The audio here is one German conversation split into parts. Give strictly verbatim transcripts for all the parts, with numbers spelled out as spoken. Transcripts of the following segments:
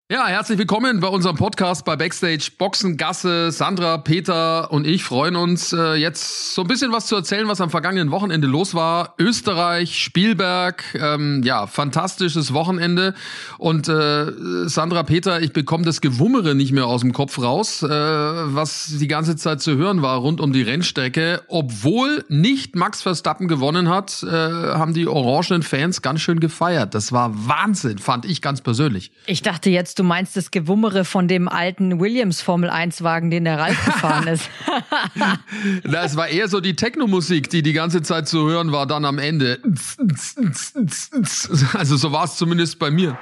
Ja, herzlich willkommen bei unserem Podcast bei Backstage Boxengasse. Sandra, Peter und ich freuen uns, äh, jetzt so ein bisschen was zu erzählen, was am vergangenen Wochenende los war. Österreich, Spielberg, ähm, ja, fantastisches Wochenende. Und äh, Sandra, Peter, ich bekomme das Gewummere nicht mehr aus dem Kopf raus, äh, was die ganze Zeit zu hören war rund um die Rennstrecke. Obwohl nicht Max Verstappen gewonnen hat, äh, haben die orangenen Fans ganz schön gefeiert. Das war Wahnsinn, fand ich ganz persönlich. Ich dachte jetzt, du meinst das Gewummere von dem alten Williams Formel eins Wagen, den der Ralf gefahren ist. Na, es war eher so die Techno-Musik, die die ganze Zeit zu hören war, dann am Ende. Also so war es zumindest bei mir.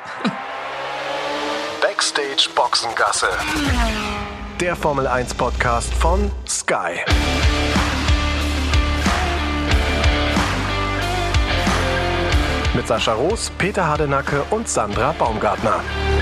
Backstage Boxengasse. Der Formel eins Podcast von Sky. Mit Sascha Roos, Peter Hardenacke und Sandra Baumgartner.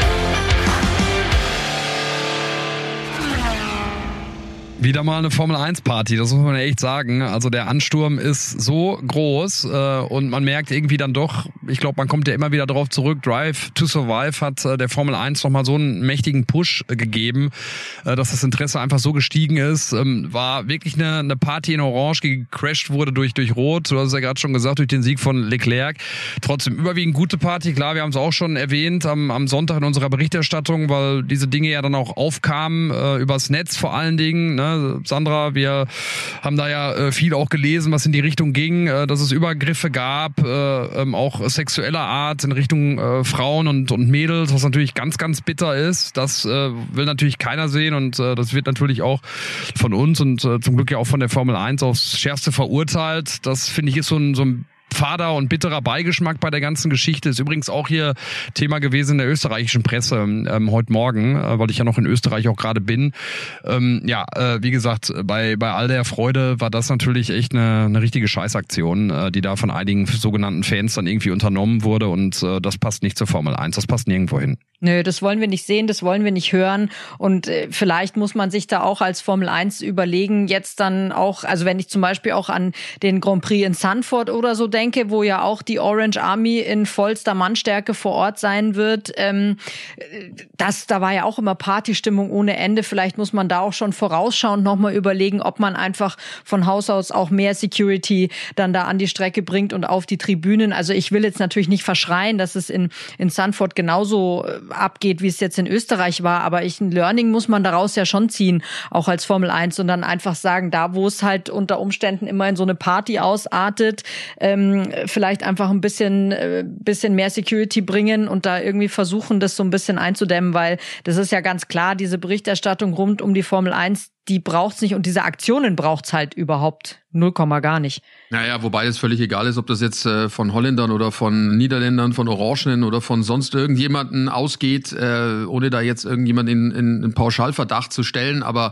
Wieder mal eine Formel eins Party, das muss man echt sagen. Also der Ansturm ist so groß äh, und man merkt irgendwie dann doch, ich glaube, man kommt ja immer wieder drauf zurück, Drive to Survive hat äh, der Formel eins nochmal so einen mächtigen Push äh, gegeben, äh, dass das Interesse einfach so gestiegen ist. Ähm, war wirklich eine, eine Party in Orange, die gecrashed wurde durch, durch Rot, du hast es ja gerade schon gesagt, durch den Sieg von Leclerc. Trotzdem überwiegend gute Party, klar, wir haben es auch schon erwähnt am, am Sonntag in unserer Berichterstattung, weil diese Dinge ja dann auch aufkamen, äh, übers Netz vor allen Dingen, ne? Sandra, wir haben da ja äh, viel auch gelesen, was in die Richtung ging, äh, dass es Übergriffe gab, äh, ähm, auch sexueller Art in Richtung äh, Frauen und, und Mädels, was natürlich ganz, ganz bitter ist. Das äh, will natürlich keiner sehen und äh, das wird natürlich auch von uns und äh, zum Glück ja auch von der Formel eins aufs Schärfste verurteilt. Das, finde ich, ist so ein, so ein fader und bitterer Beigeschmack bei der ganzen Geschichte. Ist übrigens auch hier Thema gewesen in der österreichischen Presse ähm, heute Morgen, äh, weil ich ja noch in Österreich auch gerade bin. Ähm, ja, äh, wie gesagt, bei bei all der Freude war das natürlich echt eine, eine richtige Scheißaktion, äh, die da von einigen sogenannten Fans dann irgendwie unternommen wurde und äh, das passt nicht zur Formel eins, das passt nirgendwo hin. Nö, das wollen wir nicht sehen, das wollen wir nicht hören und äh, vielleicht muss man sich da auch als Formel eins überlegen, jetzt dann auch, also wenn ich zum Beispiel auch an den Grand Prix in Zandvoort oder so denke, wo ja auch die Orange Army in vollster Mannstärke vor Ort sein wird, ähm, das, da war ja auch immer Partystimmung ohne Ende, vielleicht muss man da auch schon vorausschauend nochmal überlegen, ob man einfach von Haus aus auch mehr Security dann da an die Strecke bringt und auf die Tribünen, also ich will jetzt natürlich nicht verschreien, dass es in, in Zandvoort genauso abgeht, wie es jetzt in Österreich war, aber ich, ein Learning muss man daraus ja schon ziehen, auch als Formel eins und dann einfach sagen, da wo es halt unter Umständen immer in so eine Party ausartet, ähm, vielleicht einfach ein bisschen, äh, bisschen mehr Security bringen und da irgendwie versuchen, das so ein bisschen einzudämmen, weil das ist ja ganz klar, diese Berichterstattung rund um die Formel eins, die braucht's nicht und diese Aktionen braucht's halt überhaupt null Komma gar nicht. Naja, wobei es völlig egal ist, ob das jetzt äh, von Holländern oder von Niederländern, von Orangenen oder von sonst irgendjemanden ausgeht, äh, ohne da jetzt irgendjemand in, in, in Pauschalverdacht zu stellen, aber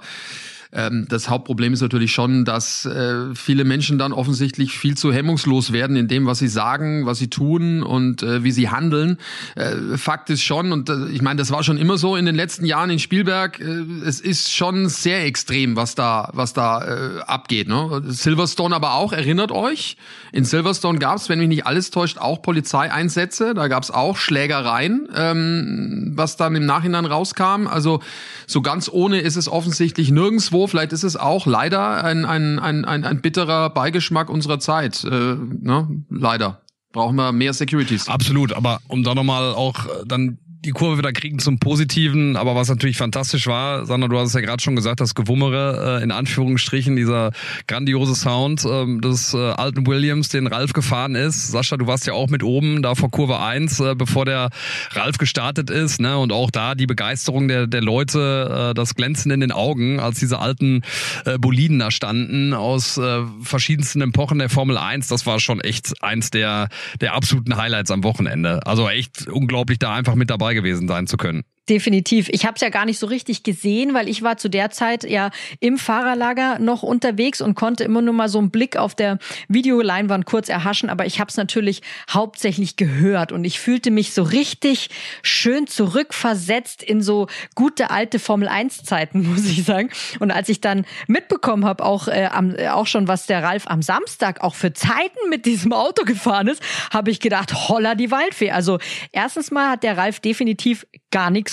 das Hauptproblem ist natürlich schon, dass äh, viele Menschen dann offensichtlich viel zu hemmungslos werden in dem, was sie sagen, was sie tun und äh, wie sie handeln. Äh, Fakt ist schon, und äh, ich meine, das war schon immer so in den letzten Jahren in Spielberg, äh, es ist schon sehr extrem, was da was da äh, abgeht. Ne? Silverstone aber auch, erinnert euch, in Silverstone gab es, wenn mich nicht alles täuscht, auch Polizeieinsätze, da gab es auch Schlägereien, ähm, was dann im Nachhinein rauskam. Also so ganz ohne ist es offensichtlich nirgendwo. Vielleicht ist es auch leider ein, ein, ein, ein, ein bitterer Beigeschmack unserer Zeit. Äh, ne? Leider. Brauchen wir mehr Securities. Absolut, aber um da nochmal auch dann die Kurve wieder kriegen zum Positiven, aber was natürlich fantastisch war, Sandra, du hast es ja gerade schon gesagt, das Gewummere, äh, in Anführungsstrichen, dieser grandiose Sound äh, des äh, alten Williams, den Ralf gefahren ist. Sascha, du warst ja auch mit oben, da vor Kurve eins, äh, bevor der Ralf gestartet ist, ne? Und auch da die Begeisterung der der Leute, äh, das Glänzen in den Augen, als diese alten äh, Boliden da standen, aus äh, verschiedensten Epochen der Formel eins, das war schon echt eins der der absoluten Highlights am Wochenende. Also echt unglaublich, da einfach mit dabei gewesen sein zu können. Definitiv. Ich habe es ja gar nicht so richtig gesehen, weil ich war zu der Zeit ja im Fahrerlager noch unterwegs und konnte immer nur mal so einen Blick auf der Videoleinwand kurz erhaschen, aber ich habe es natürlich hauptsächlich gehört und ich fühlte mich so richtig schön zurückversetzt in so gute alte Formel eins Zeiten, muss ich sagen. Und als ich dann mitbekommen habe, auch äh, am, äh, auch schon, was der Ralf am Samstag auch für Zeiten mit diesem Auto gefahren ist, habe ich gedacht, holla die Waldfee. Also erstens mal hat der Ralf definitiv gar nichts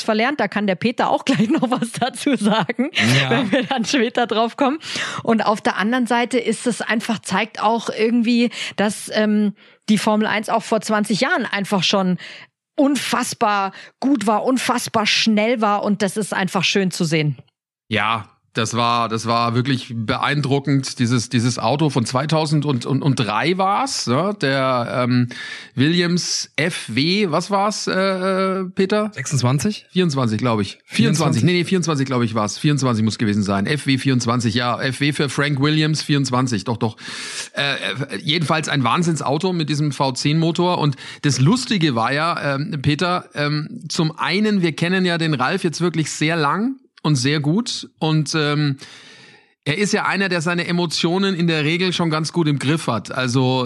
einiges verlernt. Da kann der Peter auch gleich noch was dazu sagen, ja. wenn wir dann später drauf kommen. Und auf der anderen Seite ist es einfach, zeigt auch irgendwie, dass ähm, die Formel eins auch vor zwanzig Jahren einfach schon unfassbar gut war, unfassbar schnell war und das ist einfach schön zu sehen. Ja, das war, das war wirklich beeindruckend. Dieses, dieses Auto von zweitausenddrei war's, ne? Der ähm, Williams F W, was war's, äh, Peter? sechsundzwanzig? vierundzwanzig, glaube ich. vierundzwanzig, nee, nee, vierundzwanzig, glaube ich, war's. vierundzwanzig muss gewesen sein. F W vierundzwanzig, ja. F W für Frank Williams, vierundzwanzig, doch, doch. Äh, jedenfalls ein Wahnsinnsauto mit diesem V zehn Motor. Und das Lustige war ja, ähm, Peter, ähm, zum einen, wir kennen ja den Ralf jetzt wirklich sehr lang und sehr gut und ähm, er ist ja einer, der seine Emotionen in der Regel schon ganz gut im Griff hat. Also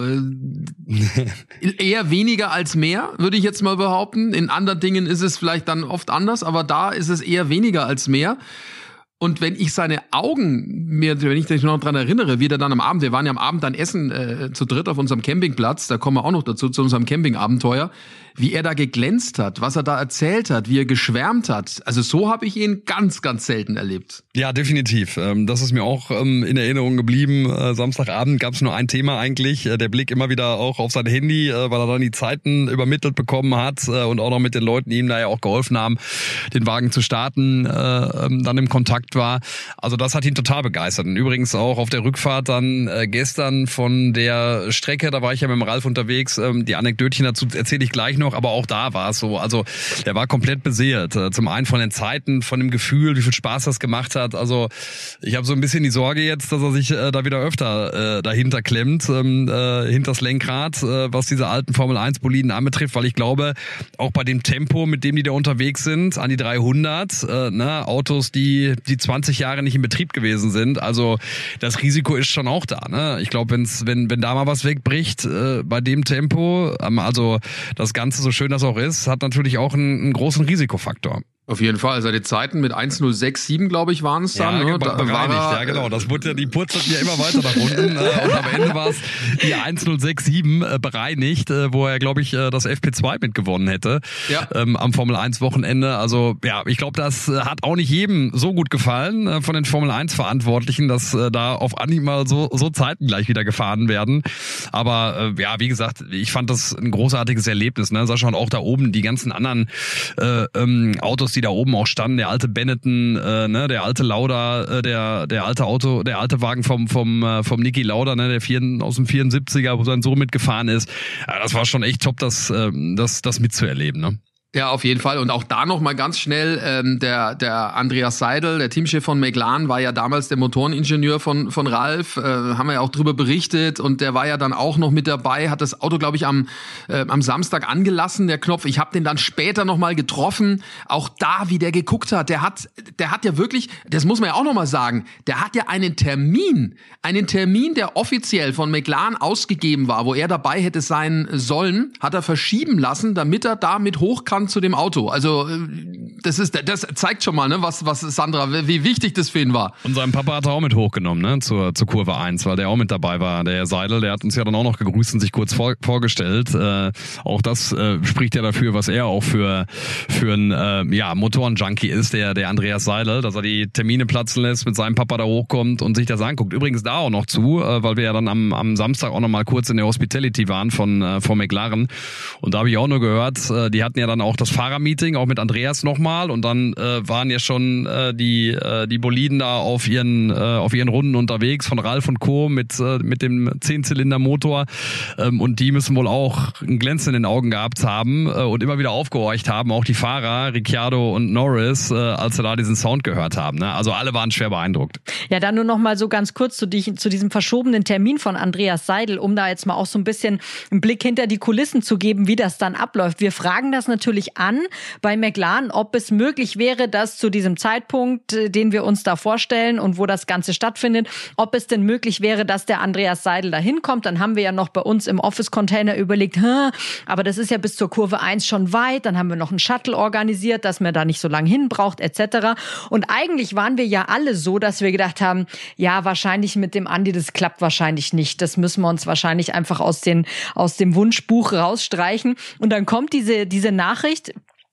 äh, eher weniger als mehr, würde ich jetzt mal behaupten. In anderen Dingen ist es vielleicht dann oft anders, aber da ist es eher weniger als mehr. Und wenn ich seine Augen, mir, wenn ich mich noch dran erinnere, wie der dann am Abend, wir waren ja am Abend dann essen äh, zu dritt auf unserem Campingplatz, da kommen wir auch noch dazu, zu unserem Campingabenteuer, wie er da geglänzt hat, was er da erzählt hat, wie er geschwärmt hat. Also so habe ich ihn ganz, ganz selten erlebt. Ja, definitiv. Das ist mir auch in Erinnerung geblieben. Samstagabend gab es nur ein Thema eigentlich. Der Blick immer wieder auch auf sein Handy, weil er dann die Zeiten übermittelt bekommen hat und auch noch mit den Leuten, die ihm da ja auch geholfen haben, den Wagen zu starten, dann im Kontakt war. Also das hat ihn total begeistert. Und übrigens auch auf der Rückfahrt dann gestern von der Strecke, da war ich ja mit dem Ralf unterwegs. Die Anekdötchen dazu erzähle ich gleich noch. Aber auch da war es so, also der war komplett beseelt. Zum einen von den Zeiten, von dem Gefühl, wie viel Spaß das gemacht hat. Also ich habe so ein bisschen die Sorge jetzt, dass er sich äh, da wieder öfter äh, dahinter klemmt, ähm, äh, hinters Lenkrad, äh, was diese alten Formel eins Boliden anbetrifft, weil ich glaube, auch bei dem Tempo, mit dem die da unterwegs sind, an die dreihundert, äh, ne, Autos, die die zwanzig Jahre nicht in Betrieb gewesen sind, also das Risiko ist schon auch da. Ne? Ich glaube, wenn's, wenn wenn da mal was wegbricht äh, bei dem Tempo, ähm, also das Ganze, so schön das auch ist, hat natürlich auch einen, einen großen Risikofaktor. Auf jeden Fall. Seine Zeiten mit eins null sechs sieben, glaube ich, waren es dann. Ja, ne? da bereinigt, ja genau. Das wurde ja, die purzelten ja immer weiter nach unten. äh, und am Ende war es die eins null sechs sieben äh, bereinigt, äh, wo er, glaube ich, äh, das F P zwei mitgewonnen hätte. Ja. Ähm, am Formel eins Wochenende. Also ja, ich glaube, das äh, hat auch nicht jedem so gut gefallen äh, von den Formel eins Verantwortlichen, dass äh, da auf Anhieb mal so, so Zeiten gleich wieder gefahren werden. Aber äh, ja, wie gesagt, ich fand das ein großartiges Erlebnis. Ne? Sascha, und auch da oben die ganzen anderen äh, ähm, Autos, die da oben auch standen, der alte Benetton, äh, ne, der alte Lauda, äh, der der alte Auto, der alte Wagen vom vom äh, vom Niki Lauda, ne, der vier, aus dem vierundsiebziger, wo sein Sohn mitgefahren ist. Ja, das war schon echt top, das äh, das das mitzuerleben, ne? Ja, auf jeden Fall. Und auch da noch mal ganz schnell, ähm, der der Andreas Seidel, der Teamchef von McLaren, war ja damals der Motoreningenieur von von Ralf, äh, haben wir ja auch drüber berichtet, und der war ja dann auch noch mit dabei, hat das Auto, glaube ich, am äh, am Samstag angelassen, der Knopf. Ich habe den dann später noch mal getroffen. Auch da, wie der geguckt hat, der hat der hat ja wirklich, das muss man ja auch noch mal sagen, der hat ja einen Termin, einen Termin, der offiziell von McLaren ausgegeben war, wo er dabei hätte sein sollen, hat er verschieben lassen, damit er da mit hoch kann zu dem Auto. Also das ist, das zeigt schon mal, ne, was was Sandra, wie wichtig das für ihn war. Und sein Papa hat er auch mit hochgenommen, ne, zur zur Kurve eins, weil der auch mit dabei war. Der Herr Seidel, der hat uns ja dann auch noch gegrüßt und sich kurz vor, vorgestellt. Äh, auch das äh, spricht ja dafür, was er auch für für ein äh, ja Motorenjunkie ist, der der Andreas Seidel, dass er die Termine platzen lässt, mit seinem Papa da hochkommt und sich das anguckt. Übrigens da auch noch zu, äh, weil wir ja dann am am Samstag auch noch mal kurz in der Hospitality waren von äh, von McLaren, und da habe ich auch nur gehört, äh, die hatten ja dann auch das Fahrermeeting, auch mit Andreas nochmal, und dann äh, waren ja schon äh, die äh, die Boliden da auf ihren äh, auf ihren Runden unterwegs von Ralf und Co. mit äh, mit dem Zehnzylinder-Motor, ähm, und die müssen wohl auch ein Glänzen in den Augen gehabt haben äh, und immer wieder aufgehorcht haben, auch die Fahrer, Ricciardo und Norris, äh, als sie da diesen Sound gehört haben. Ne? Also alle waren schwer beeindruckt. Ja, dann nur noch mal so ganz kurz zu, die, zu diesem verschobenen Termin von Andreas Seidel, um da jetzt mal auch so ein bisschen einen Blick hinter die Kulissen zu geben, wie das dann abläuft. Wir fragen das natürlich an bei McLaren, ob es möglich wäre, dass zu diesem Zeitpunkt, den wir uns da vorstellen und wo das Ganze stattfindet, ob es denn möglich wäre, dass der Andreas Seidel da hinkommt. Dann haben wir ja noch bei uns im Office-Container überlegt, aber das ist ja bis zur Kurve eins schon weit. Dann haben wir noch einen Shuttle organisiert, dass man da nicht so lange hin braucht, et cetera. Und eigentlich waren wir ja alle so, dass wir gedacht haben, ja, wahrscheinlich mit dem Andi, das klappt wahrscheinlich nicht. Das müssen wir uns wahrscheinlich einfach aus, den, aus dem Wunschbuch rausstreichen. Und dann kommt diese, diese Nachricht,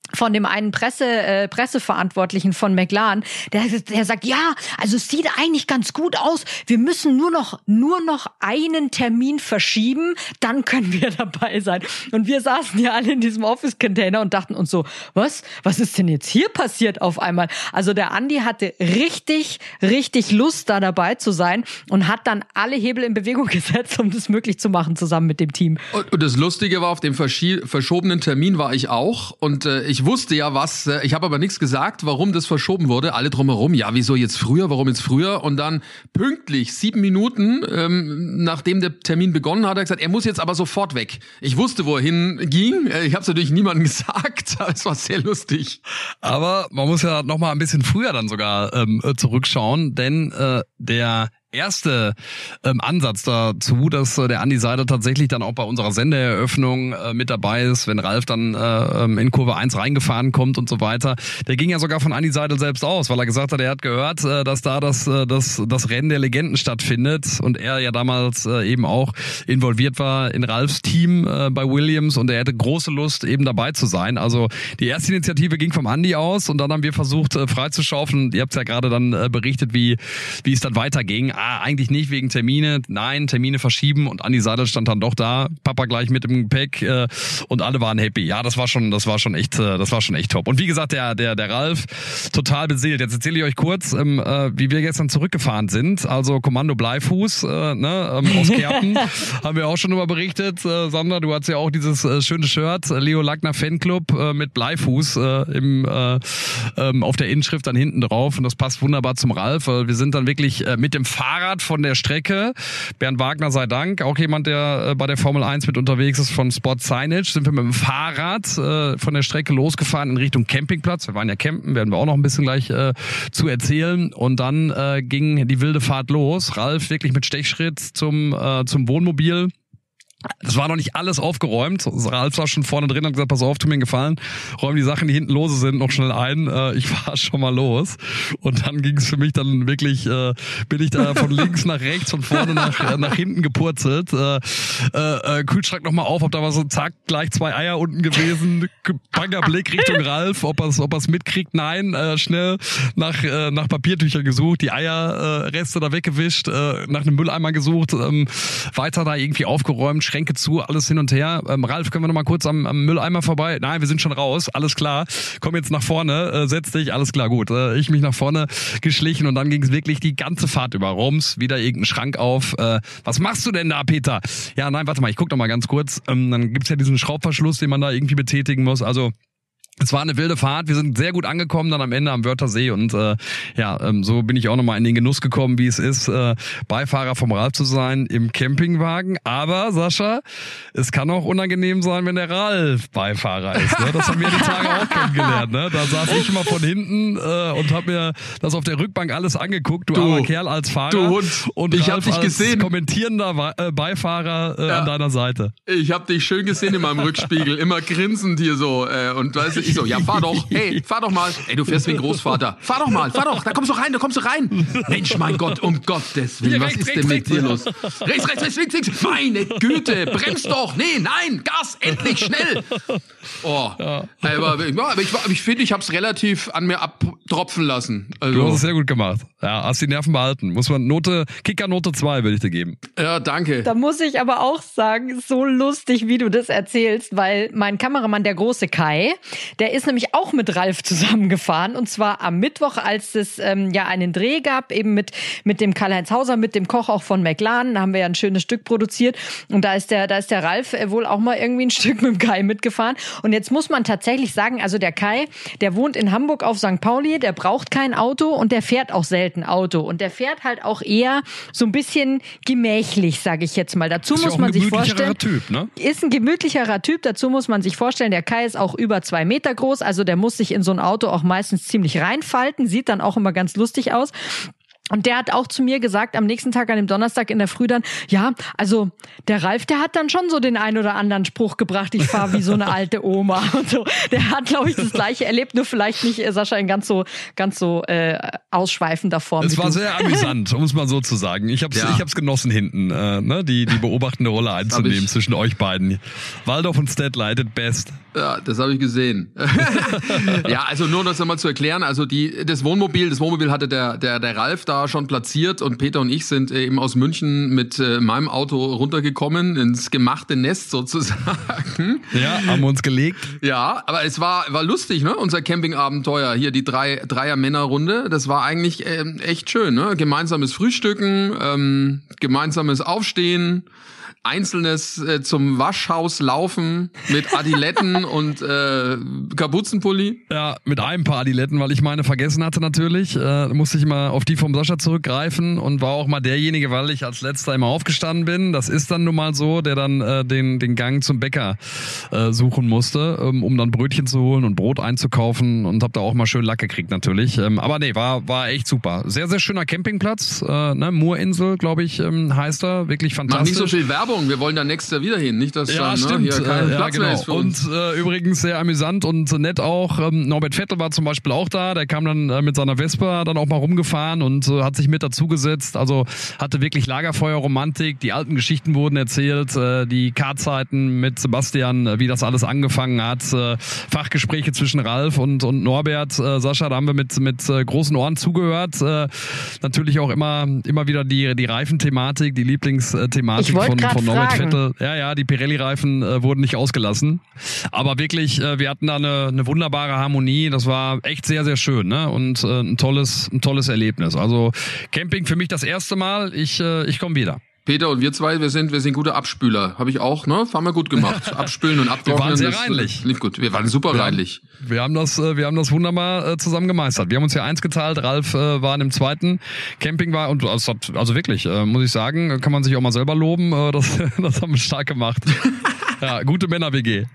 von dem einen Presse, äh, Presseverantwortlichen von McLaren, der, der sagt, ja, also es sieht eigentlich ganz gut aus. Wir müssen nur noch, nur noch einen Termin verschieben, dann können wir dabei sein. Und wir saßen ja alle in diesem Office-Container und dachten uns so, was? Was ist denn jetzt hier passiert auf einmal? Also der Andi hatte richtig, richtig Lust, da dabei zu sein und hat dann alle Hebel in Bewegung gesetzt, um das möglich zu machen, zusammen mit dem Team. Und, und das Lustige war, auf dem verschi- verschobenen Termin war ich auch und äh, ich wusste ja was, äh, ich habe aber nichts gesagt, warum das verschoben wurde. Alle drumherum, ja, wieso jetzt früher, warum jetzt früher? Und dann pünktlich sieben Minuten, ähm, nachdem der Termin begonnen hat, hat er gesagt, er muss jetzt aber sofort weg. Ich wusste, wo er hinging. Ich habe es natürlich niemandem gesagt, aber es war sehr lustig. Aber man muss ja noch mal ein bisschen früher dann sogar ähm, zurückschauen, denn äh, der erste ähm, Ansatz dazu, dass äh, der Andi Seidel tatsächlich dann auch bei unserer Sendeeröffnung äh, mit dabei ist, wenn Ralf dann äh, in Kurve eins reingefahren kommt und so weiter. Der ging ja sogar von Andi Seidel selbst aus, weil er gesagt hat, er hat gehört, äh, dass da das, äh, das, das Rennen der Legenden stattfindet und er ja damals äh, eben auch involviert war in Ralfs Team äh, bei Williams und er hätte große Lust, eben dabei zu sein. Also die erste Initiative ging vom Andi aus und dann haben wir versucht, äh, freizuschaufeln. Ihr habt ja gerade dann äh, berichtet, wie, wie es dann weiterging. Ah, eigentlich nicht wegen Termine, nein, Termine verschieben und Andi Seidel stand dann doch da, Papa gleich mit dem Gepäck äh, und alle waren happy. Ja, das war schon, das war schon echt, äh, das war schon echt top. Und wie gesagt, der, der, der Ralf, total beseelt. Jetzt erzähle ich euch kurz, ähm, äh, wie wir gestern zurückgefahren sind. Also Kommando Bleifuß, äh, ne, ähm, aus Kerpen, haben wir auch schon darüber berichtet. Äh, Sandra, du hast ja auch dieses äh, schöne Shirt, Leo Lackner Fanclub äh, mit Bleifuß äh, im, äh, ähm, auf der Inschrift dann hinten drauf und das passt wunderbar zum Ralf, weil wir sind dann wirklich äh, mit dem Fahrrad von der Strecke. Bernd Wagner sei Dank, auch jemand, der äh, bei der Formel eins mit unterwegs ist von Sport Signage, sind wir mit dem Fahrrad äh, von der Strecke losgefahren in Richtung Campingplatz. Wir waren ja campen, werden wir auch noch ein bisschen gleich äh, zu erzählen. Und dann äh, ging die wilde Fahrt los. Ralf wirklich mit Stechschritt zum, äh, zum Wohnmobil. Das war noch nicht alles aufgeräumt. Ralf war schon vorne drin und hat gesagt, pass auf, tu mir einen Gefallen, räum die Sachen, die hinten lose sind, noch schnell ein. Ich fahr schon mal los. Und dann ging es für mich dann wirklich, äh, bin ich da von links nach rechts, von vorne nach, nach hinten gepurzelt. Äh, äh, Kühlschrank nochmal auf, ob da war so zack, gleich zwei Eier unten gewesen. Banger Blick Richtung Ralf, ob er es ob er's mitkriegt. Nein, äh, schnell nach, äh, nach Papiertücher gesucht, die Eierreste äh, da weggewischt, äh, nach einem Mülleimer gesucht, ähm, weiter da irgendwie aufgeräumt, Schränke zu, alles hin und her. Ähm, Ralf, können wir noch mal kurz am, am Mülleimer vorbei? Nein, wir sind schon raus, alles klar. Komm jetzt nach vorne, äh, setz dich, alles klar, gut. Äh, ich mich nach vorne geschlichen und dann ging es wirklich die ganze Fahrt über. Rums, wieder irgendein Schrank auf. Äh, was machst du denn da, Peter? Ja, nein, warte mal, ich guck noch mal ganz kurz. Ähm, dann gibt's ja diesen Schraubverschluss, den man da irgendwie betätigen muss. Also es war eine wilde Fahrt, wir sind sehr gut angekommen dann am Ende am Wörthersee und äh, ja, ähm, so bin ich auch nochmal in den Genuss gekommen, wie es ist, äh, Beifahrer vom Ralf zu sein im Campingwagen. Aber Sascha, es kann auch unangenehm sein, wenn der Ralf Beifahrer ist. Ne? Das haben wir die Tage auch kennengelernt. Ne? Da saß ich immer von hinten äh, und habe mir das auf der Rückbank alles angeguckt, du, du armer Kerl als Fahrer. Du Hund, und ich Ralf hab dich als gesehen. kommentierender äh, Beifahrer äh, ja. an deiner Seite. Ich habe dich schön gesehen in meinem Rückspiegel, immer grinsend hier so äh, und weißt du, ich so, ja, fahr doch, hey, fahr doch mal. Ey, du fährst wie ein Großvater. Fahr doch mal, fahr doch, da kommst du rein, da kommst du rein. Mensch, mein Gott, um Gottes Willen, was ist denn mit dir los? Rechts, rechts, rechts, links, links. Meine Güte, bremst doch. Nee, nein, Gas, endlich, schnell. Oh, ja. aber, aber ich, ich finde, ich habe es relativ an mir abtropfen lassen. Also. Du hast es sehr gut gemacht. Ja, hast die Nerven behalten. Muss man Note, Kicker-Note zwei würde ich dir geben. Ja, danke. Da muss ich aber auch sagen, so lustig, wie du das erzählst, weil mein Kameramann, der große Kai, der ist nämlich auch mit Ralf zusammengefahren und zwar am Mittwoch, als es ähm, ja einen Dreh gab, eben mit mit dem Karl-Heinz Hauser, mit dem Koch auch von McLaren, da haben wir ja ein schönes Stück produziert und da ist der da ist der Ralf äh, wohl auch mal irgendwie ein Stück mit dem Kai mitgefahren und jetzt muss man tatsächlich sagen, also der Kai, der wohnt in Hamburg auf Sankt Pauli, der braucht kein Auto und der fährt auch selten Auto und der fährt halt auch eher so ein bisschen gemächlich, sage ich jetzt mal. Dazu ist muss ja man sich vorstellen, Typ, ne? Ist ein gemütlicherer Typ, dazu muss man sich vorstellen, der Kai ist auch über zwei Meter groß, also der muss sich in so ein Auto auch meistens ziemlich reinfalten, sieht dann auch immer ganz lustig aus. Und der hat auch zu mir gesagt, am nächsten Tag, an dem Donnerstag in der Früh dann, ja, also der Ralf, der hat dann schon so den ein oder anderen Spruch gebracht, ich fahre wie so eine alte Oma und so. Der hat, glaube ich, das Gleiche erlebt, nur vielleicht nicht, Sascha, in ganz so ganz so äh, ausschweifender Form. Es war du. sehr amüsant, um es mal so zu sagen. Ich hab's, ja. ich hab's genossen hinten, äh, ne, die die beobachtende Rolle einzunehmen zwischen euch beiden. Waldorf und Stettler, at best. Ja, das habe ich gesehen. Ja, also nur um das nochmal zu erklären, also die, das Wohnmobil, das Wohnmobil hatte der, der, der Ralf da schon platziert und Peter und ich sind eben aus München mit äh, meinem Auto runtergekommen, ins gemachte Nest sozusagen. Ja, haben wir uns gelegt. Ja, aber es war, war lustig, ne, unser Campingabenteuer, hier die drei, Dreier-Männer-Runde, das war eigentlich ähm, echt schön, ne, gemeinsames Frühstücken, ähm, gemeinsames Aufstehen, Einzelnes äh, zum Waschhaus laufen mit Adiletten und äh, Kapuzenpulli. Ja, mit einem paar Adiletten, weil ich meine vergessen hatte natürlich. Äh, musste ich mal auf die vom Sascha zurückgreifen und war auch mal derjenige, weil ich als letzter immer aufgestanden bin. Das ist dann nun mal so, der dann äh, den den Gang zum Bäcker äh, suchen musste, ähm, um dann Brötchen zu holen und Brot einzukaufen und hab da auch mal schön Lack gekriegt natürlich. Ähm, aber nee, war war echt super. Sehr, sehr schöner Campingplatz. Äh, ne? Moorinsel, glaube ich, ähm, heißt er. Wirklich fantastisch. Mach nicht so viel Werbung. Wir wollen da nächstes Jahr wieder hin. Nicht, dass ja, dann, stimmt. Ne, hier kein ja, Platz genau. mehr ist für uns. Und äh, übrigens sehr amüsant und nett auch. Ähm, Norbert Vettel war zum Beispiel auch da. Der kam dann äh, mit seiner Vespa dann auch mal rumgefahren und äh, hat sich mit dazugesetzt. Also hatte wirklich Lagerfeuer-Romantik. Die alten Geschichten wurden erzählt. Äh, die Kartzeiten mit Sebastian, äh, wie das alles angefangen hat. Äh, Fachgespräche zwischen Ralf und, und Norbert. Äh, Sascha, da haben wir mit, mit äh, großen Ohren zugehört. Äh, natürlich auch immer, immer wieder die, die Reifenthematik, die Lieblingsthematik von, von Norbert Vettel. Ja, ja, die Pirelli-Reifen äh, wurden nicht ausgelassen. Aber wirklich, äh, wir hatten da eine, eine wunderbare Harmonie. Das war echt sehr, sehr schön, ne? Und äh, ein tolles, ein tolles Erlebnis. Also Camping für mich das erste Mal. Ich, äh, ich komme wieder. Peter und wir zwei, wir sind, wir sind gute Abspüler. Habe ich auch, ne? Haben wir gut gemacht. Abspülen und abtrocknen. Wir waren sehr das, reinlich. Lief gut. Wir waren super wir reinlich. Haben, wir haben das, wir haben das wunderbar äh, zusammen gemeistert. Wir haben uns ja eins geteilt. Ralf äh, war in dem zweiten. Camping war und also, hat, also wirklich, äh, muss ich sagen, kann man sich auch mal selber loben. Äh, das, das haben wir stark gemacht. Ja, gute Männer-W G.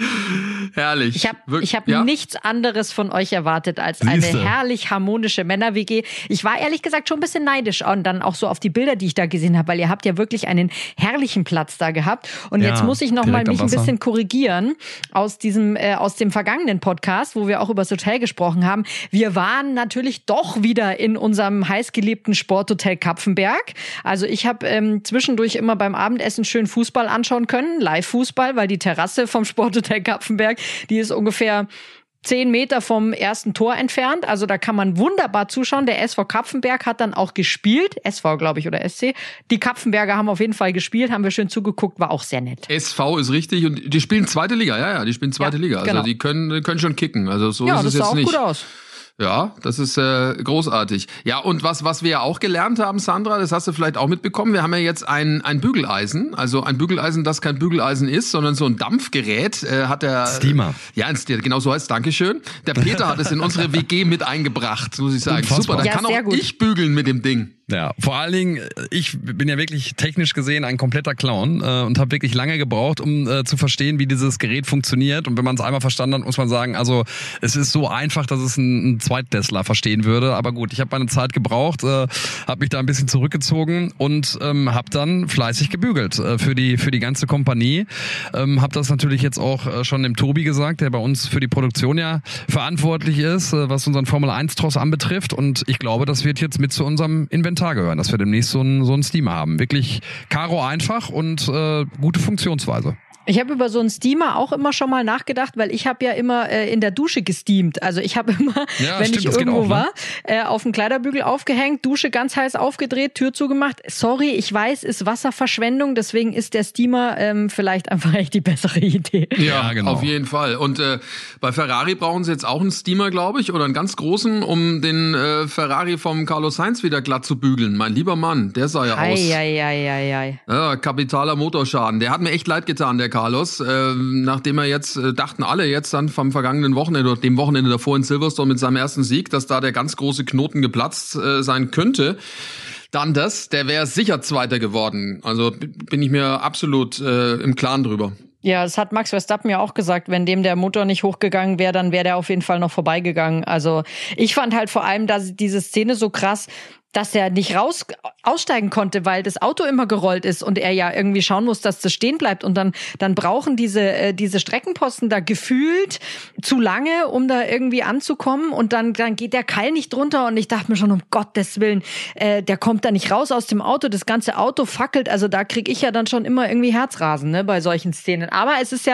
Herrlich. Ich habe ich hab ja? nichts anderes von euch erwartet als Siehste. eine herrlich harmonische Männer-W G. Ich war ehrlich gesagt schon ein bisschen neidisch und dann auch so auf die Bilder, die ich da gesehen habe, weil ihr habt ja wirklich einen herrlichen Platz da gehabt. Und Ja, jetzt muss ich noch mal direkt am mich ein Wasser. bisschen korrigieren aus diesem äh, aus dem vergangenen Podcast, wo wir auch über das Hotel gesprochen haben. Wir waren natürlich doch wieder in unserem heißgeliebten Sporthotel Kapfenberg. Also ich habe ähm, zwischendurch immer beim Abendessen schön Fußball anschauen können, Live-Fußball, weil die Terrasse vom Sporthotel Kapfenberg, die ist ungefähr zehn Meter vom ersten Tor entfernt. Also da kann man wunderbar zuschauen. Der S V Kapfenberg hat dann auch gespielt. S V, glaube ich, oder S C. Die Kapfenberger haben auf jeden Fall gespielt, haben wir schön zugeguckt, war auch sehr nett. S V ist richtig und die spielen zweite Liga, ja, ja, die spielen zweite Ja, Liga. Also genau. die können, die können schon kicken. Also so Ja, ist das es sah jetzt auch nicht. gut aus. Ja, das ist äh, großartig. Ja, und was was wir ja auch gelernt haben, Sandra, das hast du vielleicht auch mitbekommen, wir haben ja jetzt ein ein Bügeleisen, also ein Bügeleisen, das kein Bügeleisen ist, sondern so ein Dampfgerät, äh, hat der Steamer. Ja, ein Steamer, genau so heißt es, Dankeschön. Der Peter hat es in unsere W G mit eingebracht, muss ich sagen. Unfassbar. Super, dann Ja, kann sehr auch gut. ich bügeln mit dem Ding. Ja, vor allen Dingen, ich bin ja wirklich technisch gesehen ein kompletter Clown äh, und habe wirklich lange gebraucht, um äh, zu verstehen, wie dieses Gerät funktioniert. Und wenn man es einmal verstanden hat, muss man sagen, also es ist so einfach, dass es ein, ein Zweit-Tesla verstehen würde. Aber gut, ich habe meine Zeit gebraucht, äh, habe mich da ein bisschen zurückgezogen und ähm, habe dann fleißig gebügelt äh, für die für die ganze Kompanie. Ähm, habe das natürlich jetzt auch äh, schon dem Tobi gesagt, der bei uns für die Produktion ja verantwortlich ist, äh, was unseren Formel eins Tross anbetrifft. Und ich glaube, das wird jetzt mit zu unserem Inventar gehören, dass wir demnächst so einen so einen Steamer haben. Wirklich Karo einfach und äh, gute Funktionsweise. Ich habe über so einen Steamer auch immer schon mal nachgedacht, weil ich habe ja immer äh, in der Dusche gesteamt. Also ich habe immer, Ja, wenn stimmt, ich das geht irgendwo auch, ne? war, äh, auf dem Kleiderbügel aufgehängt, Dusche ganz heiß aufgedreht, Tür zugemacht. Sorry, ich weiß, ist Wasserverschwendung, deswegen ist der Steamer ähm, vielleicht einfach echt die bessere Idee. Ja, Ja, genau. auf jeden Fall. Und äh, bei Ferrari brauchen sie jetzt auch einen Steamer, glaube ich, oder einen ganz großen, um den äh, Ferrari vom Carlos Sainz wieder glatt zu bügeln. Mein lieber Mann, der sah ja Ei, aus. ei, ei, ei, ei. Ja, kapitaler Motorschaden. Der hat mir echt leid getan, der Carlos. Äh, nachdem er jetzt, äh, dachten alle jetzt dann vom vergangenen Wochenende oder dem Wochenende davor in Silverstone mit seinem ersten Sieg, dass da der ganz große Knoten geplatzt äh, sein könnte. Dann das, der wäre sicher Zweiter geworden. Also b- bin ich mir absolut äh, im Klaren drüber. Ja, das hat Max Verstappen ja auch gesagt, wenn dem der Motor nicht hochgegangen wäre, dann wäre der auf jeden Fall noch vorbeigegangen. Also ich fand halt vor allem dass diese Szene so krass, dass er nicht raus aussteigen konnte, weil das Auto immer gerollt ist und er ja irgendwie schauen muss, dass das stehen bleibt und dann dann brauchen diese äh, diese Streckenposten da gefühlt zu lange, um da irgendwie anzukommen und dann dann geht der Keil nicht drunter und ich dachte mir schon, um Gottes Willen, äh, der kommt da nicht raus aus dem Auto, das ganze Auto fackelt, also da krieg ich ja dann schon immer irgendwie Herzrasen, ne, bei solchen Szenen. Aber es ist ja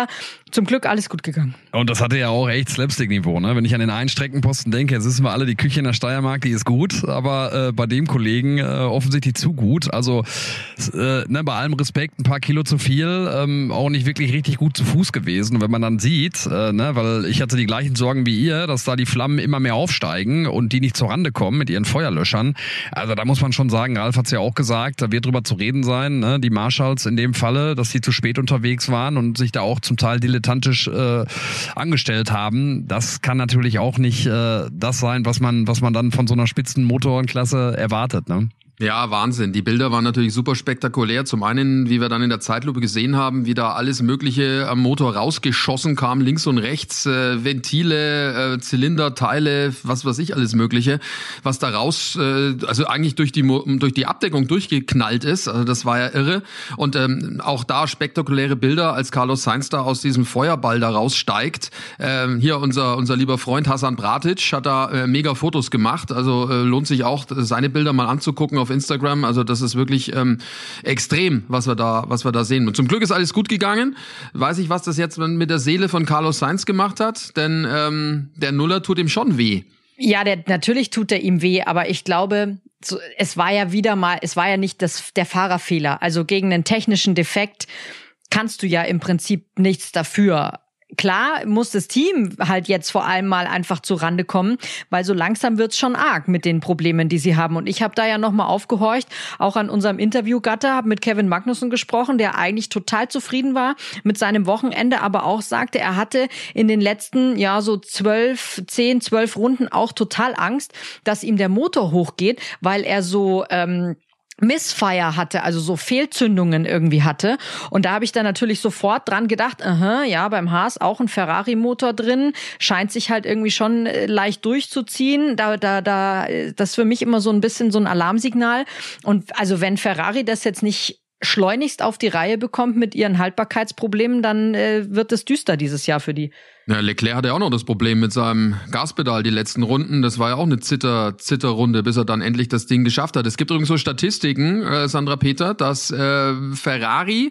zum Glück alles gut gegangen. Und das hatte ja auch echt Slapstick-Niveau, ne? Wenn ich an den einen Streckenposten denke, jetzt wissen wir alle, die Küche in der Steiermark, die ist gut, aber äh, bei dem Kollegen äh, offensichtlich zu gut. Also äh, ne, bei allem Respekt, ein paar Kilo zu viel, ähm, auch nicht wirklich richtig gut zu Fuß gewesen. Und wenn man dann sieht, äh, ne, weil ich hatte die gleichen Sorgen wie ihr, dass da die Flammen immer mehr aufsteigen und die nicht zur Rande kommen mit ihren Feuerlöschern. Also da muss man schon sagen, Ralf hat's ja auch gesagt, da wird drüber zu reden sein, ne? Die Marshals in dem Falle, dass die zu spät unterwegs waren und sich da auch zum Teil dilettantisch äh, angestellt haben. Das kann natürlich auch nicht äh, das sein, was man, was man dann von so einer Spitzenmotorenklasse erwartet, ne? Ja, Wahnsinn. Die Bilder waren natürlich super spektakulär. Zum einen, wie wir dann in der Zeitlupe gesehen haben, wie da alles Mögliche am Motor rausgeschossen kam, links und rechts, äh, Ventile, äh, Zylinder, Teile, was weiß ich, alles Mögliche, was da raus, äh, also eigentlich durch die durch die Abdeckung durchgeknallt ist. Also das war ja irre. Und ähm, auch da spektakuläre Bilder, als Carlos Sainz da aus diesem Feuerball da raussteigt. Ähm, hier unser unser lieber Freund Hasan Bratic hat da äh, mega Fotos gemacht. Also äh, lohnt sich auch, seine Bilder mal anzugucken auf Instagram, also das ist wirklich ähm, extrem, was wir da, was wir da sehen. Und zum Glück ist alles gut gegangen. Weiß ich, was das jetzt mit der Seele von Carlos Sainz gemacht hat, denn ähm, der Nuller tut ihm schon weh. Ja, der, natürlich tut er ihm weh, aber ich glaube, so, es war ja wieder mal, es war ja nicht das, der Fahrerfehler. Also gegen einen technischen Defekt kannst du ja im Prinzip nichts dafür. Klar muss das Team halt jetzt vor allem mal einfach zu Rande kommen, weil so langsam wird's schon arg mit den Problemen, die sie haben. Und ich habe da ja nochmal aufgehorcht, auch an unserem Interviewgatter, habe mit Kevin Magnussen gesprochen, der eigentlich total zufrieden war mit seinem Wochenende, aber auch sagte, er hatte in den letzten, ja, so zwölf, zehn, zwölf Runden auch total Angst, dass ihm der Motor hochgeht, weil er so ähm, Missfire hatte, also so Fehlzündungen irgendwie hatte. Und da habe ich dann natürlich sofort dran gedacht, aha, ja, beim Haas auch ein Ferrari-Motor drin, scheint sich halt irgendwie schon leicht durchzuziehen. Da, da, da, das ist für mich immer so ein bisschen so ein Alarmsignal. Und also wenn Ferrari das jetzt nicht schleunigst auf die Reihe bekommt mit ihren Haltbarkeitsproblemen, dann äh, wird es düster dieses Jahr für die. Ja, Leclerc hatte ja auch noch das Problem mit seinem Gaspedal die letzten Runden. Das war ja auch eine Zitter, Zitterrunde, bis er dann endlich das Ding geschafft hat. Es gibt übrigens so Statistiken, äh, Sandra Peter, dass äh, Ferrari,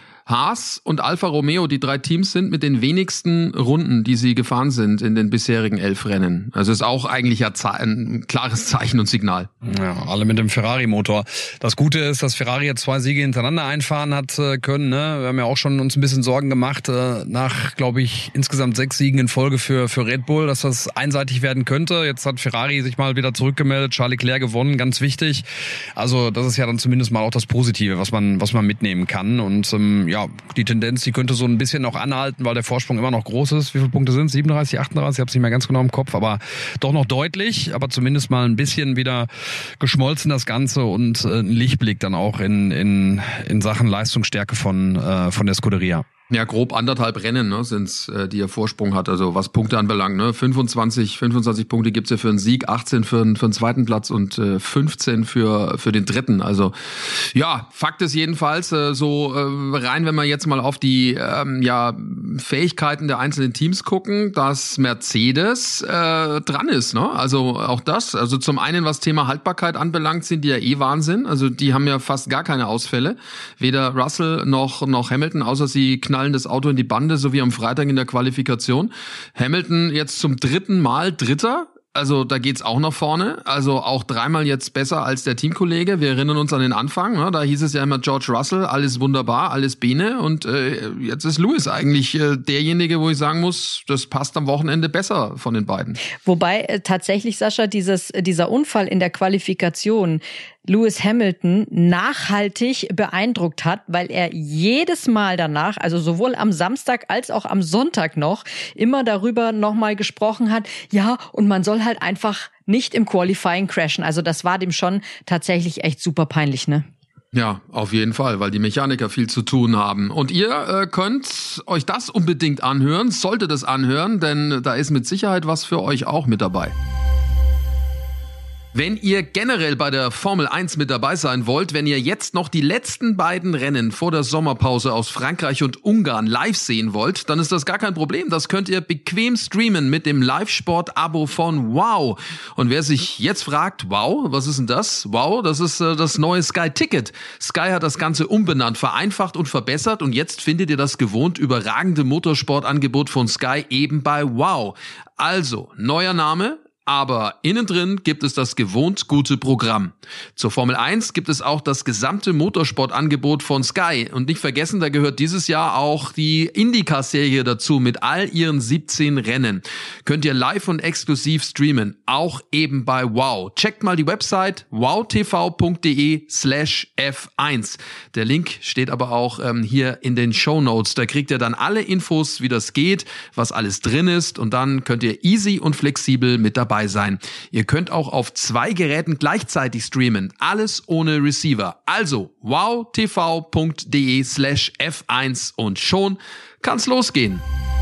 Haas und Alfa Romeo die drei Teams sind mit den wenigsten Runden, die sie gefahren sind in den bisherigen elf Rennen. Also ist auch eigentlich ja ein klares Zeichen und Signal. Ja, alle mit dem Ferrari-Motor. Das Gute ist, dass Ferrari jetzt zwei Siege hintereinander einfahren hat können. Ne? Wir haben ja auch schon uns ein bisschen Sorgen gemacht äh, nach, glaube ich, insgesamt sechs Siegen in Folge für für Red Bull, dass das einseitig werden könnte. Jetzt hat Ferrari sich mal wieder zurückgemeldet, Charles Leclerc gewonnen, ganz wichtig. Also das ist ja dann zumindest mal auch das Positive, was man was man mitnehmen kann. Und ähm, ja, die Tendenz, die könnte so ein bisschen noch anhalten, weil der Vorsprung immer noch groß ist. Wie viele Punkte sind es? siebenunddreißig, achtunddreißig? Ich habe es nicht mehr ganz genau im Kopf, aber doch noch deutlich, aber zumindest mal ein bisschen wieder geschmolzen das Ganze und äh, ein Lichtblick dann auch in in in Sachen Leistungsstärke von äh, von der Scuderia. Ja, grob anderthalb Rennen, ne, sind's, äh, die er Vorsprung hat, also was Punkte anbelangt, ne, fünfundzwanzig, fünfundzwanzig Punkte gibt's ja für einen Sieg, achtzehn für einen, für einen zweiten Platz und äh, fünfzehn für für den dritten. Also ja, Fakt ist jedenfalls äh, so äh, rein, wenn wir jetzt mal auf die ähm, ja Fähigkeiten der einzelnen Teams gucken, dass Mercedes äh, dran ist, ne? Also auch das, also zum einen was Thema Haltbarkeit anbelangt, sind die ja eh Wahnsinn. Also die haben ja fast gar keine Ausfälle, weder Russell noch noch Hamilton, außer sie knallen das Auto in die Bande, so wie am Freitag in der Qualifikation. Hamilton jetzt zum dritten Mal Dritter. Also da geht's auch nach vorne. Also auch dreimal jetzt besser als der Teamkollege. Wir erinnern uns an den Anfang. Ne? Da hieß es ja immer George Russell, alles wunderbar, alles Bene. Und äh, jetzt ist Lewis eigentlich äh, derjenige, wo ich sagen muss, das passt am Wochenende besser von den beiden. Wobei äh, tatsächlich, Sascha, dieses dieser Unfall in der Qualifikation Lewis Hamilton nachhaltig beeindruckt hat, weil er jedes Mal danach, also sowohl am Samstag als auch am Sonntag noch, immer darüber nochmal gesprochen hat, ja, und man soll halt einfach nicht im Qualifying crashen. Also das war dem schon tatsächlich echt super peinlich, ne? Ja, auf jeden Fall, weil die Mechaniker viel zu tun haben. Und ihr äh, könnt euch das unbedingt anhören, solltet es anhören, denn da ist mit Sicherheit was für euch auch mit dabei. Wenn ihr generell bei der Formel eins mit dabei sein wollt, wenn ihr jetzt noch die letzten beiden Rennen vor der Sommerpause aus Frankreich und Ungarn live sehen wollt, dann ist das gar kein Problem. Das könnt ihr bequem streamen mit dem Live-Sport-Abo von Wow. Und wer sich jetzt fragt, wow, was ist denn das? Wow, das ist äh, das neue Sky-Ticket. Sky hat das Ganze umbenannt, vereinfacht und verbessert und jetzt findet ihr das gewohnt überragende Motorsportangebot von Sky eben bei Wow. Also, neuer Name, aber innen drin gibt es das gewohnt gute Programm. Zur Formel eins gibt es auch das gesamte Motorsportangebot von Sky. Und nicht vergessen, da gehört dieses Jahr auch die IndyCar-Serie dazu mit all ihren siebzehn Rennen. Könnt ihr live und exklusiv streamen, auch eben bei Wow. Checkt mal die Website wowtv.de slash F1. Der Link steht aber auch ähm, hier in den Shownotes. Da kriegt ihr dann alle Infos, wie das geht, was alles drin ist und dann könnt ihr easy und flexibel mit dabei sein. Ihr könnt auch auf zwei Geräten gleichzeitig streamen. Alles ohne Receiver. Also wowtv.de slash F1 und schon kann's losgehen.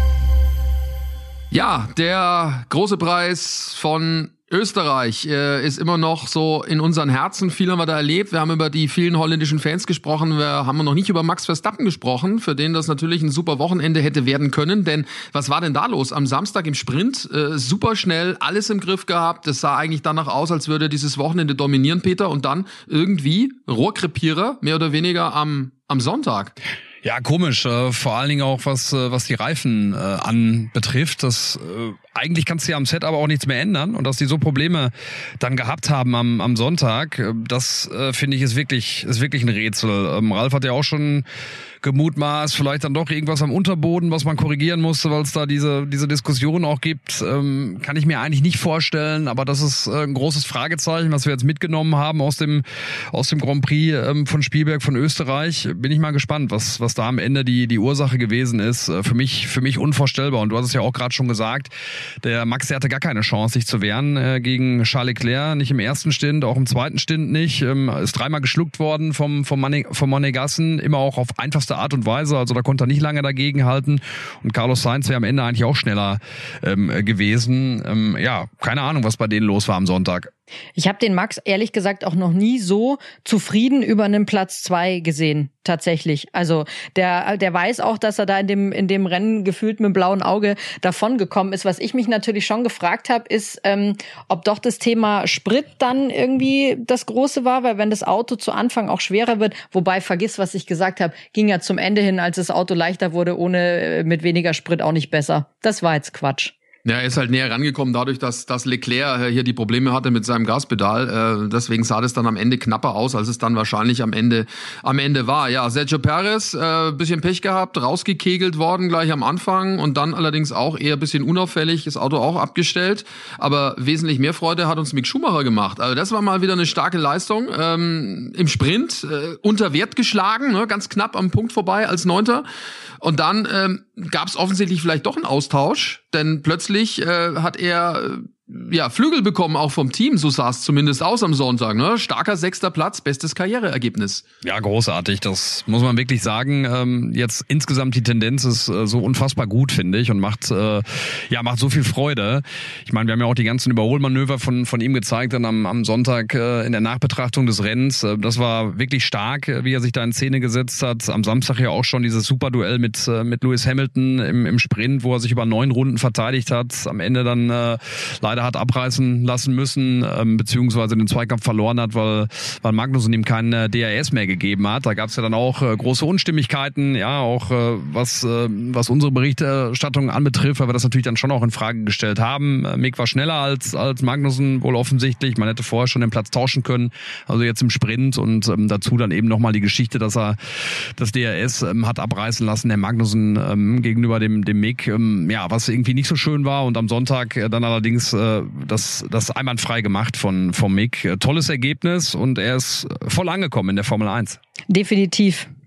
Ja, der große Preis von Österreich äh, ist immer noch so in unseren Herzen. Viel haben wir da erlebt. Wir haben über die vielen holländischen Fans gesprochen. Wir haben noch nicht über Max Verstappen gesprochen, für den das natürlich ein super Wochenende hätte werden können. Denn was war denn da los? Am Samstag im Sprint äh, super schnell, alles im Griff gehabt. Das sah eigentlich danach aus, als würde dieses Wochenende dominieren, Peter. Und dann irgendwie Rohrkrepierer, mehr oder weniger am, am Sonntag. Ja, komisch, äh, vor allen Dingen auch was äh, was die Reifen äh, anbetrifft. Das äh, eigentlich kannst du ja am Set aber auch nichts mehr ändern und dass die so Probleme dann gehabt haben am am Sonntag, äh, das äh, finde ich ist wirklich ist wirklich ein Rätsel. Ähm, Ralf hat ja auch schon gemutmaßt, vielleicht dann doch irgendwas am Unterboden, was man korrigieren musste, weil es da diese diese Diskussion auch gibt. Ähm, kann ich mir eigentlich nicht vorstellen, aber das ist äh, ein großes Fragezeichen, was wir jetzt mitgenommen haben aus dem aus dem Grand Prix ähm, von Spielberg von Österreich. Bin ich mal gespannt, was was da am Ende die die Ursache gewesen ist. Für mich für mich unvorstellbar. Und du hast es ja auch gerade schon gesagt, der Max, der hatte gar keine Chance, sich zu wehren äh, gegen Charles Leclerc. Nicht im ersten Stint, auch im zweiten Stint nicht. Ähm, ist dreimal geschluckt worden vom vom, Mone, vom Monegassen, immer auch auf einfachste Art und Weise. Also da konnte er nicht lange dagegen halten. Und Carlos Sainz wäre am Ende eigentlich auch schneller ähm, gewesen. Ähm, ja, keine Ahnung, was bei denen los war am Sonntag. Ich habe den Max ehrlich gesagt auch noch nie so zufrieden über einen Platz zwei gesehen, tatsächlich. Also der der weiß auch, dass er da in dem in dem Rennen gefühlt mit dem blauen Auge davongekommen ist. Was ich mich natürlich schon gefragt habe, ist, ähm, ob doch das Thema Sprit dann irgendwie das Große war, weil wenn das Auto zu Anfang auch schwerer wird, wobei, vergiss, was ich gesagt habe, ging ja zum Ende hin, als das Auto leichter wurde, ohne mit weniger Sprit auch nicht besser. Das war jetzt Quatsch. Ja, er ist halt näher rangekommen dadurch, dass, dass Leclerc hier die Probleme hatte mit seinem Gaspedal. Äh, deswegen sah das dann am Ende knapper aus, als es dann wahrscheinlich am Ende am Ende war. Ja, Sergio Perez, äh, bisschen Pech gehabt, rausgekegelt worden gleich am Anfang und dann allerdings auch eher bisschen unauffällig, das Auto auch abgestellt. Aber wesentlich mehr Freude hat uns Mick Schumacher gemacht. Also das war mal wieder eine starke Leistung. Ähm, im Sprint äh, unter Wert geschlagen, ne, ganz knapp am Punkt vorbei als Neunter. Und dann ähm, gab es offensichtlich vielleicht doch einen Austausch, denn plötzlich äh, hat er äh, ja Flügel bekommen, auch vom Team, so sah es zumindest aus am Sonntag. Ne? Starker sechster Platz, bestes Karriereergebnis. Ja, großartig, das muss man wirklich sagen. Ähm, jetzt insgesamt die Tendenz ist äh, so unfassbar gut, finde ich, und macht äh, ja macht so viel Freude. Ich meine, wir haben ja auch die ganzen Überholmanöver von von ihm gezeigt dann am, am Sonntag äh, in der Nachbetrachtung des Rennens. Äh, das war wirklich stark, wie er sich da in Szene gesetzt hat. Am Samstag ja auch schon dieses Superduell mit äh, mit Lewis Hamilton im, im Sprint, wo er sich über neun Runden verteidigt hat. Am Ende dann äh, leider hat abreißen lassen müssen, ähm, beziehungsweise den Zweikampf verloren hat, weil weil Magnussen ihm keinen äh, D R S mehr gegeben hat. Da gab es ja dann auch äh, große Unstimmigkeiten, ja, auch äh, was äh, was unsere Berichterstattung anbetrifft, weil wir das natürlich dann schon auch in Frage gestellt haben. Äh, Mick war schneller als als Magnussen, wohl offensichtlich. Man hätte vorher schon den Platz tauschen können, also jetzt im Sprint, und ähm, dazu dann eben nochmal die Geschichte, dass er das D R S ähm, hat abreißen lassen, der Magnussen ähm, gegenüber dem dem Mick, ähm, ja, was irgendwie nicht so schön war, und am Sonntag äh, dann allerdings äh, das das einwandfrei gemacht von vom Mick. Tolles Ergebnis, und er ist voll angekommen in der Formel eins. Definitiv.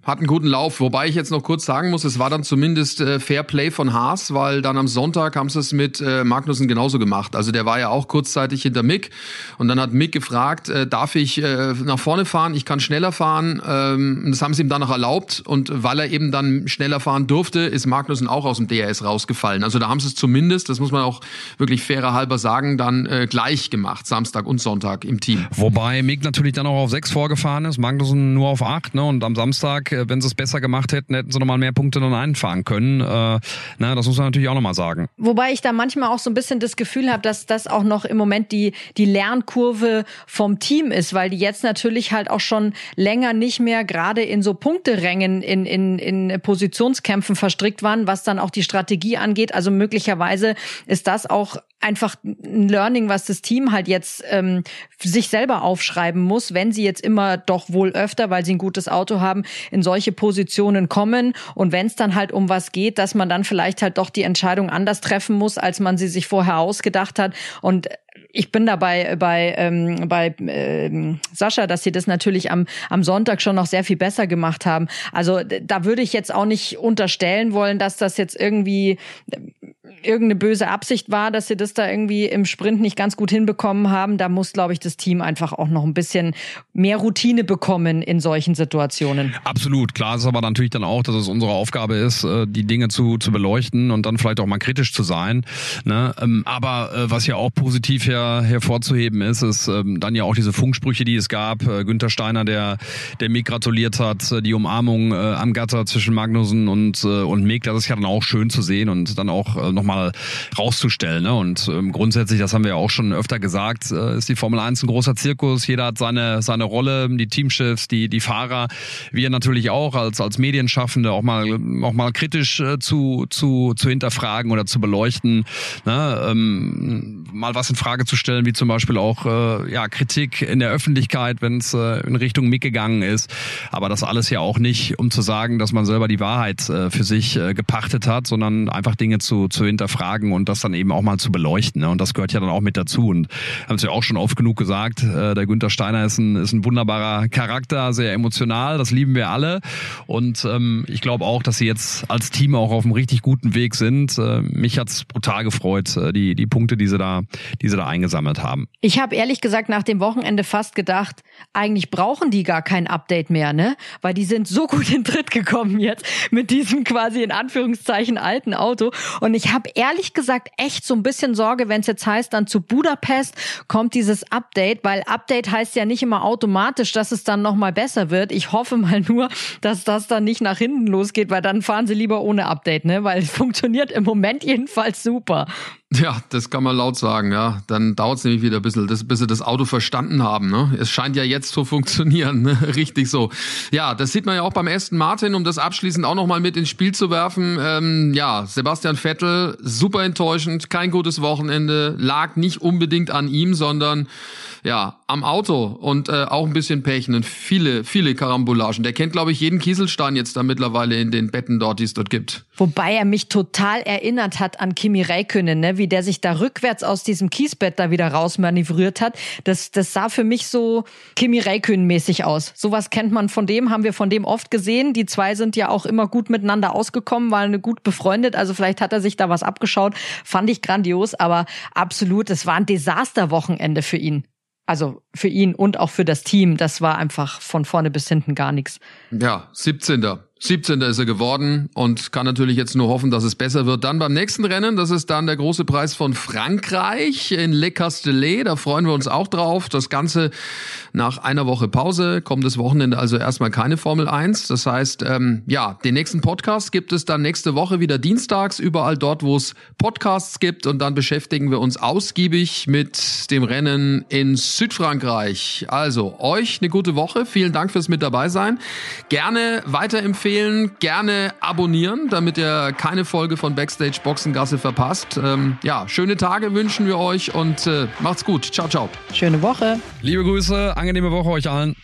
Hat einen guten Lauf, wobei ich jetzt noch kurz sagen muss, es war dann zumindest äh, Fair Play von Haas, weil dann am Sonntag haben sie es mit äh, Magnussen genauso gemacht. Also der war ja auch kurzzeitig hinter Mick und dann hat Mick gefragt, äh, darf ich äh, nach vorne fahren, ich kann schneller fahren. Ähm, das haben sie ihm dann noch erlaubt und weil er eben dann schneller fahren durfte, ist Magnussen auch aus dem D R S rausgefallen. Also da haben sie es zumindest, das muss man auch wirklich fairer halber sagen, dann äh, gleich gemacht, Samstag und Sonntag im Team. Wobei Mick natürlich dann auch auf sechs vorgefahren ist, Magnussen nur auf acht, ne? Und am Samstag, wenn sie es besser gemacht hätten, hätten sie nochmal mehr Punkte dann einfahren können. Äh, na, das muss man natürlich auch nochmal sagen. Wobei ich da manchmal auch so ein bisschen das Gefühl habe, dass das auch noch im Moment die, die Lernkurve vom Team ist, weil die jetzt natürlich halt auch schon länger nicht mehr gerade in so Punkterängen in, in, in Positionskämpfen verstrickt waren, was dann auch die Strategie angeht. Also möglicherweise ist das auch einfach ein Learning, was das Team halt jetzt ähm, sich selber aufschreiben muss, wenn sie jetzt immer doch wohl öfter, weil sie ein gutes Auto haben, in solche Positionen kommen und wenn es dann halt um was geht, dass man dann vielleicht halt doch die Entscheidung anders treffen muss, als man sie sich vorher ausgedacht hat. Und ich bin dabei bei ähm, bei ähm, Sascha, dass sie das natürlich am am Sonntag schon noch sehr viel besser gemacht haben. Also da würde ich jetzt auch nicht unterstellen wollen, dass das jetzt irgendwie irgendeine böse Absicht war, dass sie das da irgendwie im Sprint nicht ganz gut hinbekommen haben. Da muss, glaube ich, das Team einfach auch noch ein bisschen mehr Routine bekommen in solchen Situationen. Absolut. Klar ist aber natürlich dann auch, dass es unsere Aufgabe ist, die Dinge zu zu beleuchten und dann vielleicht auch mal kritisch zu sein. Ne? Aber was ja auch positiv her, hervorzuheben ist, ist dann ja auch diese Funksprüche, die es gab. Günther Steiner, der der Mick gratuliert hat, die Umarmung am Gatter zwischen Magnussen und und Mick, das ist ja dann auch schön zu sehen und dann auch nochmal rauszustellen. Ne? Und ähm, grundsätzlich, das haben wir ja auch schon öfter gesagt, äh, ist die Formel eins ein großer Zirkus. Jeder hat seine seine Rolle, die Teamchefs, die die Fahrer, wir natürlich auch als als Medienschaffende auch mal auch mal kritisch äh, zu zu zu hinterfragen oder zu beleuchten, ne? ähm, mal was in Frage zu stellen, wie zum Beispiel auch äh, ja Kritik in der Öffentlichkeit, wenn es äh, in Richtung Mick gegangen ist. Aber das alles ja auch nicht, um zu sagen, dass man selber die Wahrheit äh, für sich äh, gepachtet hat, sondern einfach Dinge zu zu hinterfragen und das dann eben auch mal zu beleuchten. Ne? Und das gehört ja dann auch mit dazu. Und haben es ja auch schon oft genug gesagt, äh, der Günther Steiner ist ein, ist ein wunderbarer Charakter, sehr emotional, das lieben wir alle. Und ähm, ich glaube auch, dass sie jetzt als Team auch auf einem richtig guten Weg sind. Äh, mich hat's brutal gefreut, äh, die die Punkte, die sie da, die sie da eingesammelt haben. Ich habe ehrlich gesagt nach dem Wochenende fast gedacht, eigentlich brauchen die gar kein Update mehr, ne? Weil die sind so gut in Tritt gekommen jetzt mit diesem quasi in Anführungszeichen alten Auto. Und ich habe ehrlich gesagt echt so ein bisschen Sorge, wenn es jetzt heißt, dann zu Budapest kommt dieses Update, weil Update heißt ja nicht immer automatisch, dass es dann nochmal besser wird. Ich hoffe mal nur, dass das dann nicht nach hinten losgeht, weil dann fahren sie lieber ohne Update, ne? Weil es funktioniert im Moment jedenfalls super. Ja, das kann man laut sagen, ja. Dann dauert es nämlich wieder ein bisschen, das, bis sie das Auto verstanden haben, ne? Es scheint ja jetzt zu funktionieren, ne? Richtig so. Ja, das sieht man ja auch beim Aston Martin, um das abschließend auch nochmal mit ins Spiel zu werfen. Ähm, ja, Sebastian Vettel, super enttäuschend, kein gutes Wochenende, lag nicht unbedingt an ihm, sondern ja, am Auto und äh, auch ein bisschen Pech und viele, viele Karambolagen. Der kennt, glaube ich, jeden Kieselstein jetzt da mittlerweile in den Betten dort, die es dort gibt. Wobei er mich total erinnert hat an Kimi Räikkönen, ne? Wie der sich da rückwärts aus diesem Kiesbett da wieder rausmanövriert hat. Das, das sah für mich so Kimi Räikkönen-mäßig aus. Sowas kennt man von dem, haben wir von dem oft gesehen. Die zwei sind ja auch immer gut miteinander ausgekommen, waren gut befreundet. Also vielleicht hat er sich da was abgeschaut. Fand ich grandios, aber absolut, es war ein Desasterwochenende für ihn. Also für ihn und auch für das Team. Das war einfach von vorne bis hinten gar nichts. Ja, siebzehnter siebzehnter ist er geworden und kann natürlich jetzt nur hoffen, dass es besser wird. Dann beim nächsten Rennen, das ist dann der große Preis von Frankreich in Le Castellet. Da freuen wir uns auch drauf. Das Ganze nach einer Woche Pause. Kommendes Wochenende also erstmal keine Formel eins. Das heißt, ähm, ja, den nächsten Podcast gibt es dann nächste Woche wieder dienstags, überall dort, wo es Podcasts gibt. Und dann beschäftigen wir uns ausgiebig mit dem Rennen in Südfrankreich. Also euch eine gute Woche. Vielen Dank fürs mit dabei sein. Gerne weiterempfehlen. Gerne abonnieren, damit ihr keine Folge von Backstage Boxengasse verpasst. Ähm, ja, schöne Tage wünschen wir euch und äh, macht's gut. Ciao, ciao. Schöne Woche. Liebe Grüße, angenehme Woche euch allen.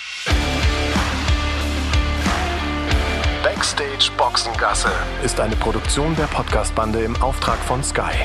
Backstage Boxengasse ist eine Produktion der Podcast-Bande im Auftrag von Sky.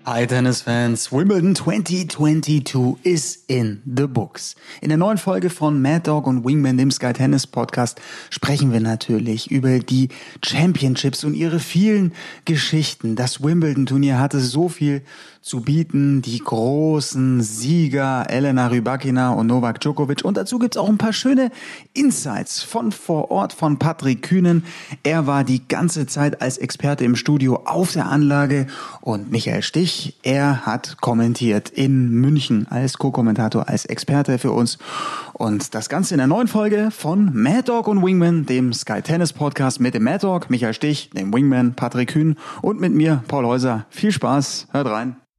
Hi Tennisfans, Wimbledon zwanzig zweiundzwanzig is in the books. In der neuen Folge von Mad Dog und Wingman, dem Sky Tennis Podcast, sprechen wir natürlich über die Championships und ihre vielen Geschichten. Das Wimbledon-Turnier hatte so viel zu bieten, die großen Sieger Elena Rybakina und Novak Djokovic, und dazu gibt's auch ein paar schöne Insights von vor Ort von Patrick Kühnen. Er war die ganze Zeit als Experte im Studio auf der Anlage, und Michael Stich, er hat kommentiert in München als Co-Kommentator, als Experte für uns, und das Ganze in der neuen Folge von Mad Dog und Wingman, dem Sky Tennis Podcast mit dem Mad Dog Michael Stich, dem Wingman Patrick Kühn und mit mir Paul Häuser. Viel Spaß, hört rein.